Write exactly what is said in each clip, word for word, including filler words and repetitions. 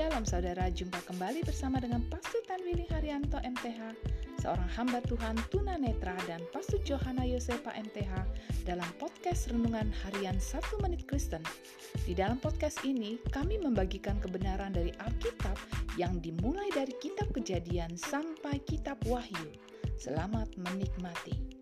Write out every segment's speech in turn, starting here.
Shalom saudara, jumpa kembali bersama dengan Pastor Tanwili Haryanto M T H, seorang hamba Tuhan tunanetra, dan Pastor Johana Yosepa M T H dalam podcast Renungan Harian satu Menit Kristen. Di dalam podcast ini, kami membagikan kebenaran dari Alkitab yang dimulai dari Kitab Kejadian sampai Kitab Wahyu. Selamat menikmati.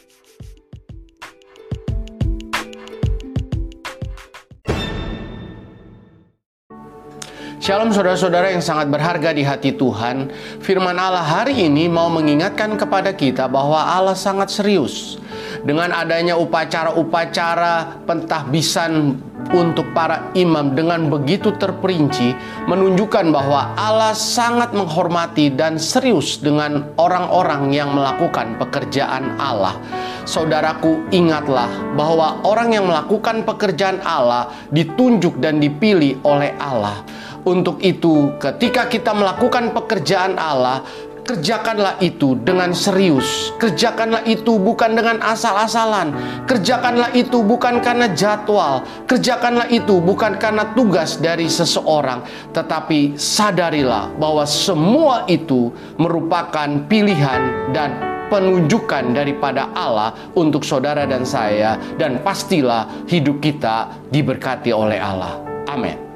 Shalom saudara-saudara yang sangat berharga di hati Tuhan. Firman Allah hari ini mau mengingatkan kepada kita bahwa Allah sangat serius dengan adanya upacara-upacara pentahbisan untuk para imam dengan begitu terperinci, menunjukkan bahwa Allah sangat menghormati dan serius dengan orang-orang yang melakukan pekerjaan Allah. Saudaraku, ingatlah bahwa orang yang melakukan pekerjaan Allah ditunjuk dan dipilih oleh Allah. Untuk itu, ketika kita melakukan pekerjaan Allah, kerjakanlah itu dengan serius. Kerjakanlah itu bukan dengan asal-asalan. Kerjakanlah itu bukan karena jadwal. Kerjakanlah itu bukan karena tugas dari seseorang. Tetapi sadarilah bahwa semua itu merupakan pilihan dan penunjukan daripada Allah untuk saudara dan saya. Dan pastilah hidup kita diberkati oleh Allah. Amin.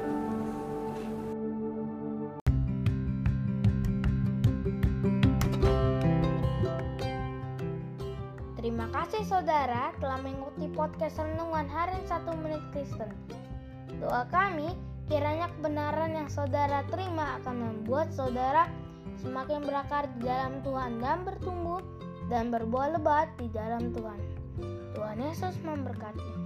Terima kasih saudara telah mengikuti podcast Renungan Harian satu Menit Kristen. Doa kami, kiranya kebenaran yang saudara terima akan membuat saudara semakin berakar di dalam Tuhan dan bertumbuh dan berbuah lebat di dalam Tuhan. Tuhan Yesus memberkati.